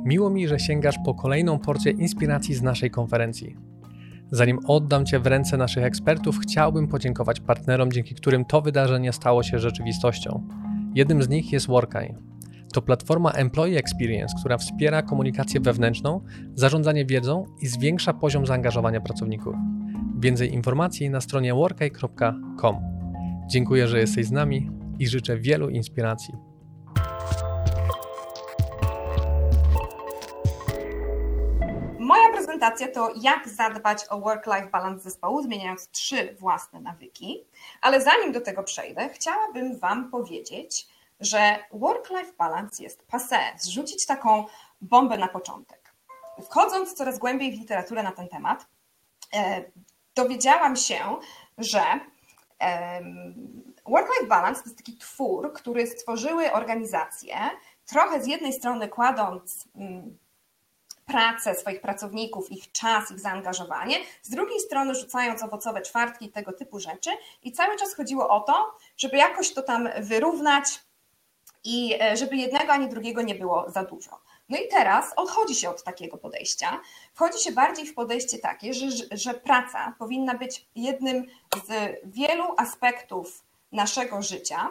Miło mi, że sięgasz po kolejną porcję inspiracji z naszej konferencji. Zanim oddam Cię w ręce naszych ekspertów, chciałbym podziękować partnerom, dzięki którym to wydarzenie stało się rzeczywistością. Jednym z nich jest Workay. To platforma Employee Experience, która wspiera komunikację wewnętrzną, zarządzanie wiedzą i zwiększa poziom zaangażowania pracowników. Więcej informacji na stronie workay.com. Dziękuję, że jesteś z nami i życzę wielu inspiracji. Moja prezentacja to jak zadbać o work-life balance zespołu, zmieniając 3 własne nawyki, ale zanim do tego przejdę, chciałabym Wam powiedzieć, że work-life balance jest passé, zrzucić taką bombę na początek. Wchodząc coraz głębiej w literaturę na ten temat, dowiedziałam się, że work-life balance to jest taki twór, który stworzyły organizacje, trochę z jednej strony kładąc pracę swoich pracowników, ich czas, ich zaangażowanie, z drugiej strony rzucając owocowe czwartki i tego typu rzeczy i cały czas chodziło o to, żeby jakoś to tam wyrównać i żeby jednego ani drugiego nie było za dużo. No i teraz odchodzi się od takiego podejścia, wchodzi się bardziej w podejście takie, że praca powinna być jednym z wielu aspektów naszego życia,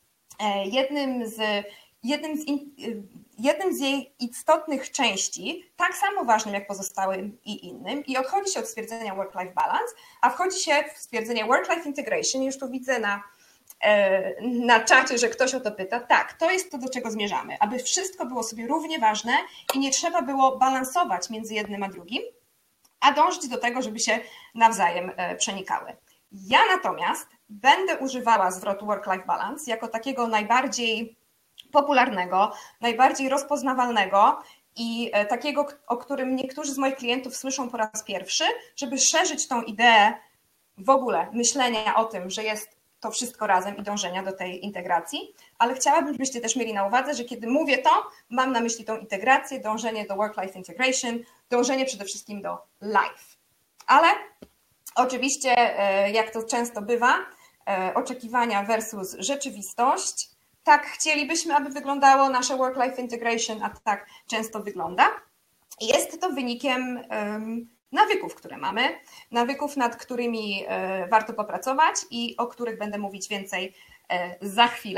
jednym z jej istotnych części, tak samo ważnym jak pozostałym i innym, i odchodzi się od stwierdzenia work-life balance, a wchodzi się w stwierdzenie work-life integration. Już tu widzę na czacie, że ktoś o to pyta. Tak, to jest to, do czego zmierzamy, aby wszystko było sobie równie ważne i nie trzeba było balansować między jednym a drugim, a dążyć do tego, żeby się nawzajem przenikały. Ja natomiast będę używała zwrotu work-life balance jako takiego najbardziej popularnego, najbardziej rozpoznawalnego i takiego, o którym niektórzy z moich klientów słyszą po raz pierwszy, żeby szerzyć tą ideę w ogóle myślenia o tym, że jest to wszystko razem i dążenia do tej integracji, ale chciałabym, żebyście też mieli na uwadze, że kiedy mówię to, mam na myśli tą integrację, dążenie do work-life integration, dążenie przede wszystkim do life. Ale oczywiście, jak to często bywa, oczekiwania versus rzeczywistość. Tak chcielibyśmy, aby wyglądało nasze work-life integration, a tak często wygląda. Jest to wynikiem nawyków, które mamy, nawyków, nad którymi warto popracować i o których będę mówić więcej za chwilę.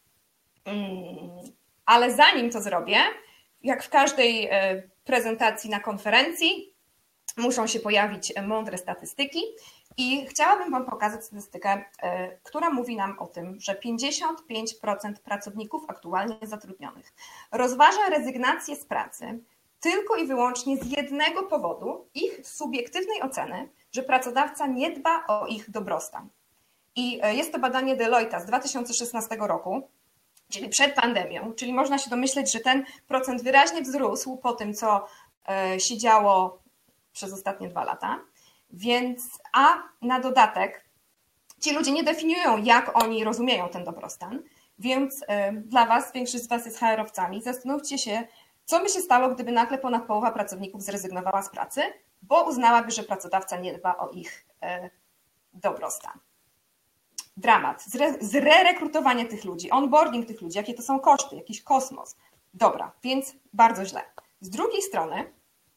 Ale zanim to zrobię, jak w każdej prezentacji na konferencji, muszą się pojawić mądre statystyki i chciałabym Wam pokazać statystykę, która mówi nam o tym, że 55% pracowników aktualnie zatrudnionych rozważa rezygnację z pracy tylko i wyłącznie z jednego powodu, ich subiektywnej oceny, że pracodawca nie dba o ich dobrostan. I jest to badanie Deloitte'a z 2016 roku, czyli przed pandemią, czyli można się domyśleć, że ten procent wyraźnie wzrósł po tym, co się działo przez ostatnie 2 lata. A na dodatek ci ludzie nie definiują, jak oni rozumieją ten dobrostan, więc dla Was, większość z Was jest HR-owcami, zastanówcie się, co by się stało, gdyby nagle ponad połowa pracowników zrezygnowała z pracy, bo uznałaby, że pracodawca nie dba o ich dobrostan. Dramat, zrerekrutowanie tych ludzi, onboarding tych ludzi, jakie to są koszty, jakiś kosmos. Dobra, więc bardzo źle. Z drugiej strony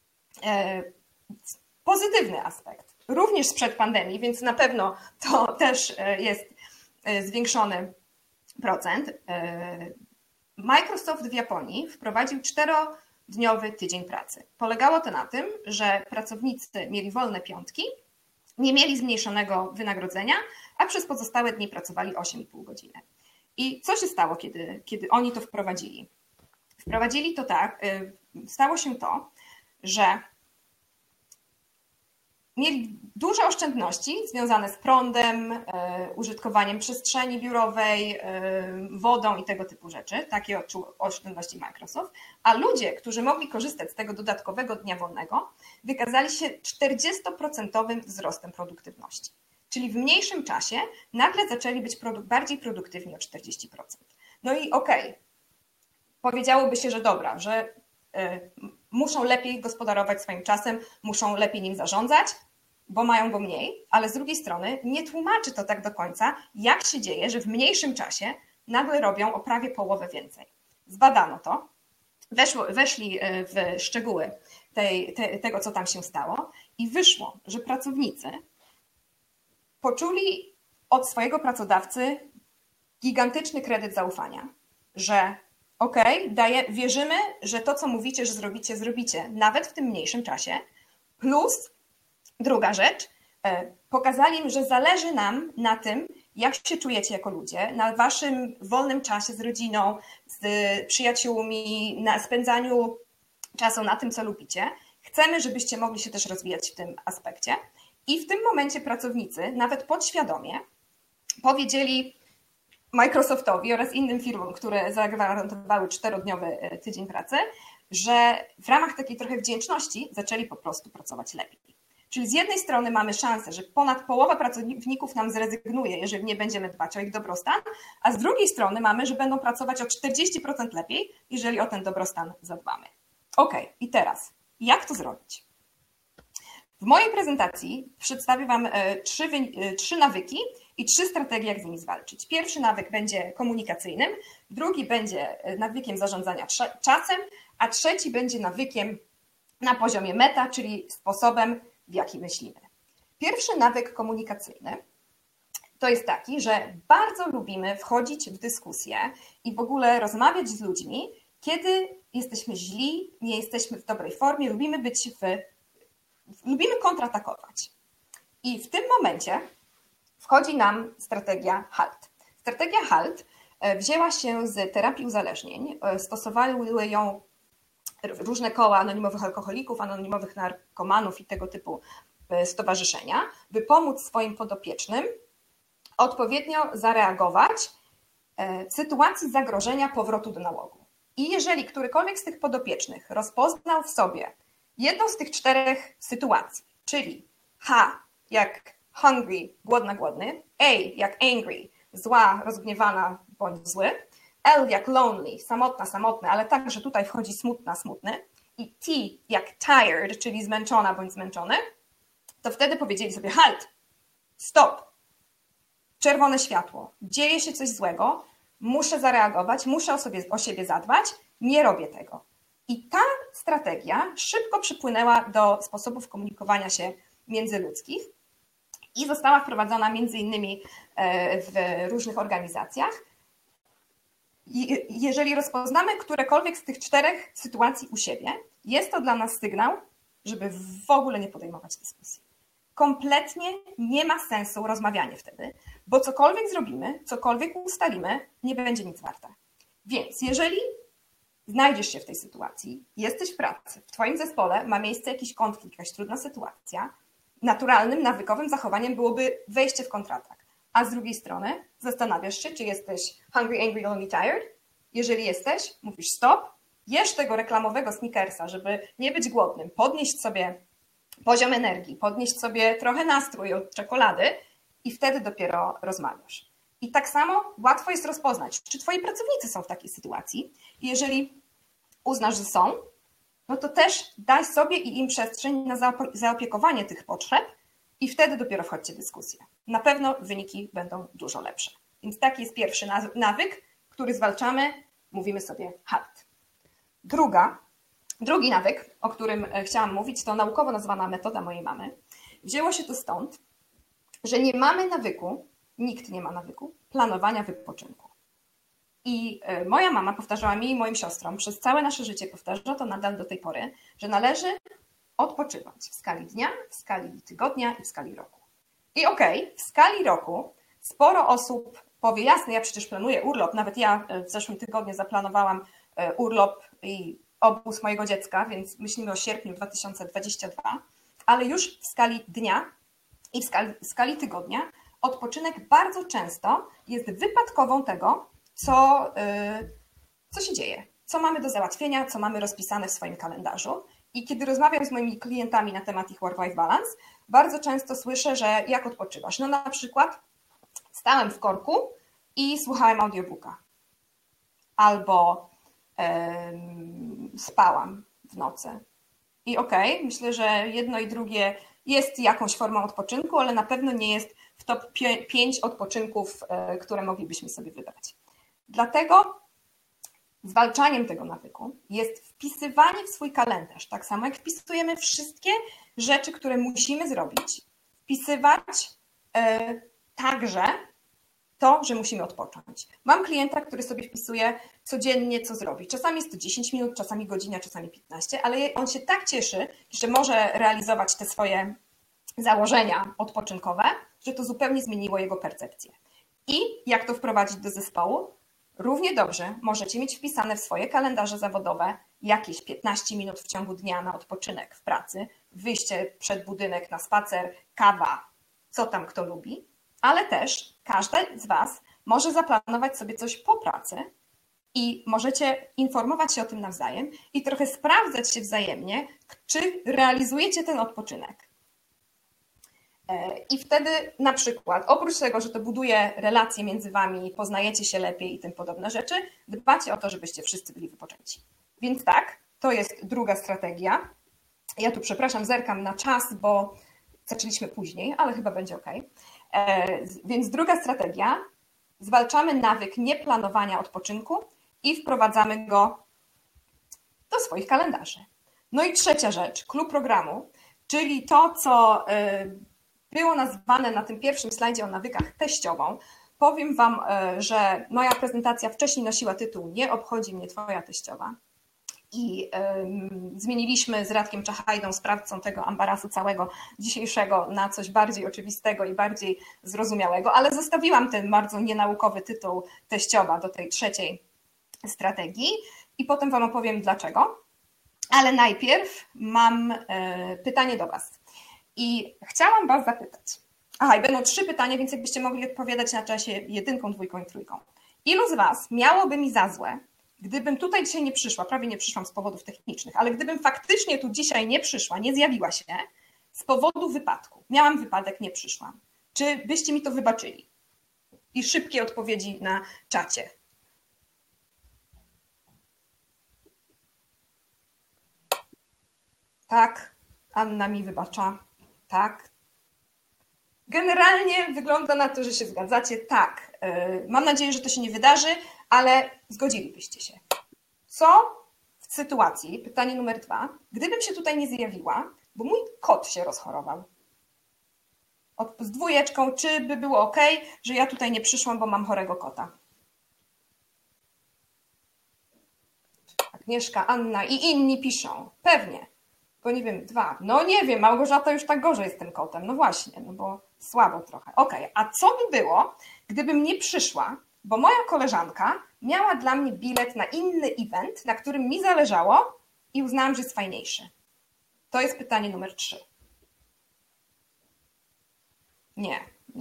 pozytywny aspekt, również sprzed pandemii, więc na pewno to też jest zwiększony procent. Microsoft w Japonii wprowadził 4-dniowy tydzień pracy. Polegało to na tym, że pracownicy mieli wolne piątki, nie mieli zmniejszonego wynagrodzenia, a przez pozostałe dni pracowali 8,5 godziny. I co się stało, kiedy oni to wprowadzili? Wprowadzili to tak, stało się to, że mieli duże oszczędności związane z prądem, użytkowaniem przestrzeni biurowej, wodą i tego typu rzeczy. Takie odczuł oszczędności Microsoft. A ludzie, którzy mogli korzystać z tego dodatkowego dnia wolnego, wykazali się 40% wzrostem produktywności. Czyli w mniejszym czasie nagle zaczęli być bardziej produktywni o 40%. No i okej, powiedziałoby się, że dobra, że muszą lepiej gospodarować swoim czasem, muszą lepiej nim zarządzać, bo mają go mniej, ale z drugiej strony nie tłumaczy to tak do końca, jak się dzieje, że w mniejszym czasie nagle robią o prawie połowę więcej. Zbadano to weszli w szczegóły tego, co tam się stało i wyszło, że pracownicy poczuli od swojego pracodawcy gigantyczny kredyt zaufania, że wierzymy, że to, co mówicie, że zrobicie, nawet w tym mniejszym czasie. Plus, druga rzecz, pokazali im, że zależy nam na tym, jak się czujecie jako ludzie, na waszym wolnym czasie z rodziną, z przyjaciółmi, na spędzaniu czasu na tym, co lubicie. Chcemy, żebyście mogli się też rozwijać w tym aspekcie. I w tym momencie pracownicy, nawet podświadomie, powiedzieli Microsoftowi oraz innym firmom, które zagwarantowały 4-dniowy tydzień pracy, że w ramach takiej trochę wdzięczności zaczęli po prostu pracować lepiej. Czyli z jednej strony mamy szansę, że ponad połowa pracowników nam zrezygnuje, jeżeli nie będziemy dbać o ich dobrostan, a z drugiej strony mamy, że będą pracować o 40% lepiej, jeżeli o ten dobrostan zadbamy. I teraz, jak to zrobić? W mojej prezentacji przedstawię Wam 3 nawyki i 3 strategie, jak z nimi zwalczyć. Pierwszy nawyk będzie komunikacyjnym, drugi będzie nawykiem zarządzania czasem, a trzeci będzie nawykiem na poziomie meta, czyli sposobem, w jaki myślimy. Pierwszy nawyk komunikacyjny to jest taki, że bardzo lubimy wchodzić w dyskusję i w ogóle rozmawiać z ludźmi, kiedy jesteśmy źli, nie jesteśmy w dobrej formie, lubimy kontratakować. I w tym momencie wchodzi nam strategia HALT. Strategia HALT wzięła się z terapii uzależnień. Stosowały ją różne koła anonimowych alkoholików, anonimowych narkomanów i tego typu stowarzyszenia, by pomóc swoim podopiecznym odpowiednio zareagować w sytuacji zagrożenia powrotu do nałogu. I jeżeli którykolwiek z tych podopiecznych rozpoznał w sobie jedną z tych 4 sytuacji, czyli H jak hungry, głodna, głodny, A jak angry, zła, rozgniewana bądź zły, L jak lonely, samotna, samotny, ale także tutaj wchodzi smutna, smutny i T jak tired, czyli zmęczona bądź zmęczony, to wtedy powiedzieli sobie halt, stop, czerwone światło, dzieje się coś złego, muszę zareagować, muszę o siebie zadbać, nie robię tego. I ta strategia szybko przypłynęła do sposobów komunikowania się międzyludzkich i została wprowadzona między innymi w różnych organizacjach. Jeżeli rozpoznamy którekolwiek z tych 4 sytuacji u siebie, jest to dla nas sygnał, żeby w ogóle nie podejmować dyskusji. Kompletnie nie ma sensu rozmawianie wtedy, bo cokolwiek zrobimy, cokolwiek ustalimy, nie będzie nic warte. Więc jeżeli znajdziesz się w tej sytuacji, jesteś w pracy, w Twoim zespole ma miejsce jakiś konflikt, jakaś trudna sytuacja, naturalnym, nawykowym zachowaniem byłoby wejście w kontratak. A z drugiej strony zastanawiasz się, czy jesteś hungry, angry, lonely, tired. Jeżeli jesteś, mówisz stop, jesz tego reklamowego Snickersa, żeby nie być głodnym, podnieść sobie poziom energii, podnieść sobie trochę nastrój od czekolady i wtedy dopiero rozmawiasz. I tak samo łatwo jest rozpoznać, czy twoi pracownicy są w takiej sytuacji. I jeżeli uznasz, że są, no to też daj sobie i im przestrzeń na zaopiekowanie tych potrzeb i wtedy dopiero wchodźcie w dyskusję. Na pewno wyniki będą dużo lepsze. Więc taki jest pierwszy nawyk, który zwalczamy, mówimy sobie HALT. Drugi nawyk, o którym chciałam mówić, to naukowo nazwana metoda mojej mamy. Wzięło się to stąd, że nie mamy nawyku, nikt nie ma nawyku planowania wypoczynku. I moja mama powtarzała mi i moim siostrom, przez całe nasze życie powtarza to nadal do tej pory, że należy odpoczywać w skali dnia, w skali tygodnia i w skali roku. I w skali roku sporo osób powie, jasne, ja przecież planuję urlop, nawet ja w zeszłym tygodniu zaplanowałam urlop i obóz mojego dziecka, więc myślimy o sierpniu 2022, ale już w skali dnia i w skali tygodnia odpoczynek bardzo często jest wypadkową tego, co się dzieje, co mamy do załatwienia, co mamy rozpisane w swoim kalendarzu. I kiedy rozmawiam z moimi klientami na temat ich work-life balance, bardzo często słyszę, że jak odpoczywasz? No na przykład stałem w korku i słuchałem audiobooka. Albo spałam w nocy. I myślę, że jedno i drugie jest jakąś formą odpoczynku, ale na pewno nie jest w top 5 odpoczynków, które moglibyśmy sobie wybrać. Dlatego zwalczaniem tego nawyku jest wpisywanie w swój kalendarz, tak samo jak wpisujemy wszystkie rzeczy, które musimy zrobić, wpisywać także to, że musimy odpocząć. Mam klienta, który sobie wpisuje codziennie, co zrobi. Czasami jest to 10 minut, czasami godzina, czasami 15, ale on się tak cieszy, że może realizować te swoje założenia odpoczynkowe, że to zupełnie zmieniło jego percepcję. I jak to wprowadzić do zespołu? Równie dobrze możecie mieć wpisane w swoje kalendarze zawodowe jakieś 15 minut w ciągu dnia na odpoczynek w pracy, wyjście przed budynek na spacer, kawa, co tam kto lubi, ale też każdy z Was może zaplanować sobie coś po pracy i możecie informować się o tym nawzajem i trochę sprawdzać się wzajemnie, czy realizujecie ten odpoczynek. I wtedy na przykład, oprócz tego, że to buduje relacje między Wami, poznajecie się lepiej i tym podobne rzeczy, dbacie o to, żebyście wszyscy byli wypoczęci. Więc tak, to jest druga strategia. Ja tu, przepraszam, zerkam na czas, bo zaczęliśmy później, ale chyba będzie ok. Więc druga strategia, zwalczamy nawyk nieplanowania odpoczynku i wprowadzamy go do swoich kalendarzy. No i trzecia rzecz, clue programu, czyli to, co było nazwane na tym pierwszym slajdzie o nawykach teściową. Powiem Wam, że moja prezentacja wcześniej nosiła tytuł Nie obchodzi mnie Twoja teściowa. I zmieniliśmy z Radkiem Czachajdą, sprawcą tego ambarasu całego dzisiejszego, na coś bardziej oczywistego i bardziej zrozumiałego, ale zostawiłam ten bardzo nienaukowy tytuł teściowa do tej trzeciej strategii i potem Wam opowiem dlaczego. Ale najpierw mam pytanie do Was i chciałam Was zapytać. Aha, i będą 3 pytania, więc jakbyście mogli odpowiadać na czasie 1, 2 i 3. Ilu z Was miałoby mi za złe, gdybym tutaj dzisiaj nie przyszła, prawie nie przyszłam z powodów technicznych, ale gdybym faktycznie tu dzisiaj nie przyszła, nie zjawiła się z powodu wypadku, miałam wypadek, nie przyszłam, czy byście mi to wybaczyli? I szybkie odpowiedzi na czacie. Tak, Anna mi wybacza. Tak. Generalnie wygląda na to, że się zgadzacie. Tak. Mam nadzieję, że to się nie wydarzy, ale zgodzilibyście się. Co w sytuacji, pytanie numer 2, gdybym się tutaj nie zjawiła, bo mój kot się rozchorował? Z 2, czy by było ok, że ja tutaj nie przyszłam, bo mam chorego kota? Agnieszka, Anna i inni piszą. Pewnie. Bo nie wiem, 2. No nie wiem, Małgorzata już tak gorzej z tym kotem. No właśnie, no bo słabo trochę. Okej, a co by było, gdybym nie przyszła, bo moja koleżanka miała dla mnie bilet na inny event, na którym mi zależało i uznałam, że jest fajniejszy? To jest pytanie numer 3. Nie.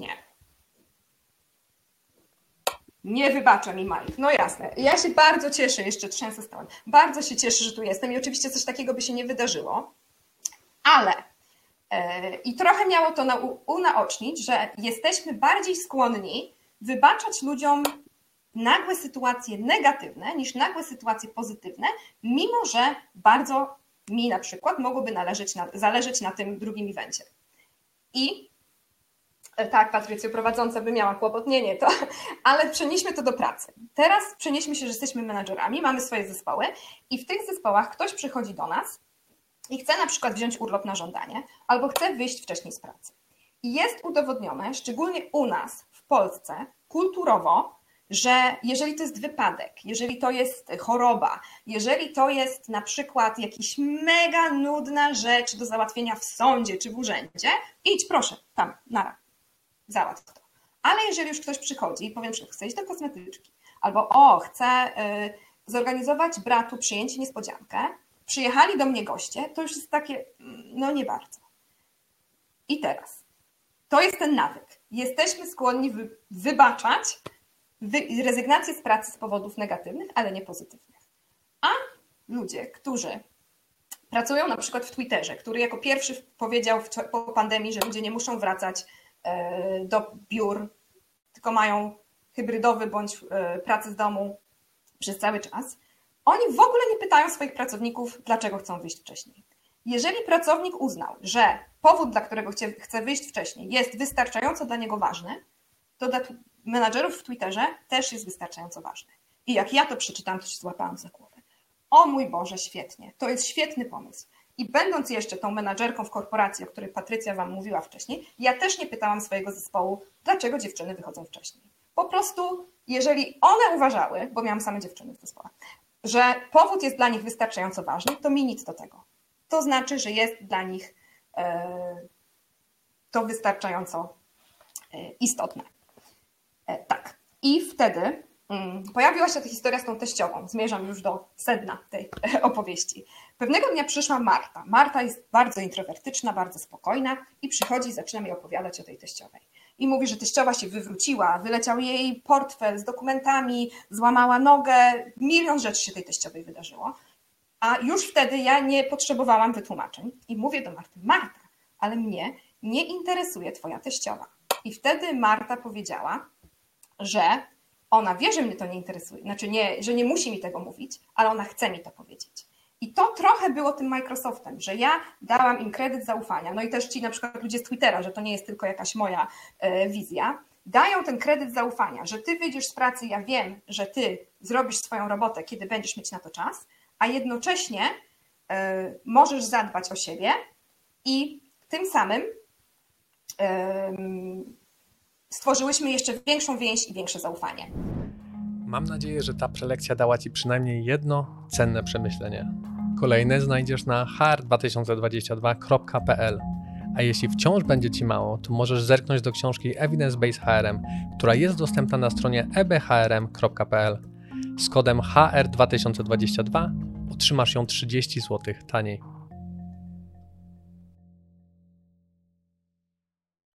Nie wybacza mi Mike. No jasne. Ja się bardzo cieszę, jeszcze trzęsę stołem. Bardzo się cieszę, że tu jestem i oczywiście coś takiego by się nie wydarzyło, ale i trochę miało to unaocznić, że jesteśmy bardziej skłonni wybaczać ludziom nagłe sytuacje negatywne niż nagłe sytuacje pozytywne, mimo że bardzo mi na przykład mogłoby zależeć na tym drugim evencie. I tak, Patrycjo, prowadząca by miała kłopot, nie, to, ale przenieśmy to do pracy. Teraz przenieśmy się, że jesteśmy menadżerami, mamy swoje zespoły i w tych zespołach ktoś przychodzi do nas i chce na przykład wziąć urlop na żądanie albo chce wyjść wcześniej z pracy. I jest udowodnione, szczególnie u nas w Polsce, kulturowo, że jeżeli to jest wypadek, jeżeli to jest choroba, jeżeli to jest na przykład jakaś mega nudna rzecz do załatwienia w sądzie czy w urzędzie, idź proszę, tam, nara, załatw to. Ale jeżeli już ktoś przychodzi i powiem, że chce iść do kosmetyczki, albo chcę zorganizować bratu przyjęcie, niespodziankę, przyjechali do mnie goście, to już jest takie, no nie bardzo. I teraz, to jest ten nawyk. Jesteśmy skłonni wybaczać rezygnację z pracy z powodów negatywnych, ale nie pozytywnych. A ludzie, którzy pracują na przykład w Twitterze, który jako pierwszy powiedział po pandemii, że ludzie nie muszą wracać do biur, tylko mają hybrydowy bądź pracę z domu przez cały czas, oni w ogóle nie pytają swoich pracowników, dlaczego chcą wyjść wcześniej. Jeżeli pracownik uznał, że powód, dla którego chce wyjść wcześniej, jest wystarczająco dla niego ważny, to dla menadżerów w Twitterze też jest wystarczająco ważny. I jak ja to przeczytałam, to się złapałam za głowę. O mój Boże, świetnie, to jest świetny pomysł. I będąc jeszcze tą menadżerką w korporacji, o której Patrycja Wam mówiła wcześniej, ja też nie pytałam swojego zespołu, dlaczego dziewczyny wychodzą wcześniej. Po prostu, jeżeli one uważały, bo miałam same dziewczyny w zespole, że powód jest dla nich wystarczająco ważny, to mi nic do tego. To znaczy, że jest dla nich to wystarczająco istotne. Tak. I wtedy pojawiła się ta historia z tą teściową. Zmierzam już do sedna tej opowieści. Pewnego dnia przyszła Marta. Marta jest bardzo introwertyczna, bardzo spokojna i przychodzi i zaczyna mi opowiadać o tej teściowej. I mówi, że teściowa się wywróciła, wyleciał jej portfel z dokumentami, złamała nogę, milion rzeczy się tej teściowej wydarzyło. A już wtedy ja nie potrzebowałam wytłumaczeń i mówię do Marty: Marta, ale mnie nie interesuje twoja teściowa. I wtedy Marta powiedziała, że ona wie, że mnie to nie interesuje, znaczy nie, że nie musi mi tego mówić, ale ona chce mi to powiedzieć. I to trochę było tym Microsoftem, że ja dałam im kredyt zaufania, no i też ci na przykład ludzie z Twittera, że to nie jest tylko jakaś moja wizja, dają ten kredyt zaufania, że ty wyjdziesz z pracy, ja wiem, że ty zrobisz swoją robotę, kiedy będziesz mieć na to czas, a jednocześnie możesz zadbać o siebie i tym samym stworzyłyśmy jeszcze większą więź i większe zaufanie. Mam nadzieję, że ta prelekcja dała Ci przynajmniej jedno cenne przemyślenie. Kolejne znajdziesz na hr2022.pl. A jeśli wciąż będzie Ci mało, to możesz zerknąć do książki Evidence Based HRM, która jest dostępna na stronie ebhrm.pl. Z kodem HR2022 otrzymasz ją 30 zł taniej.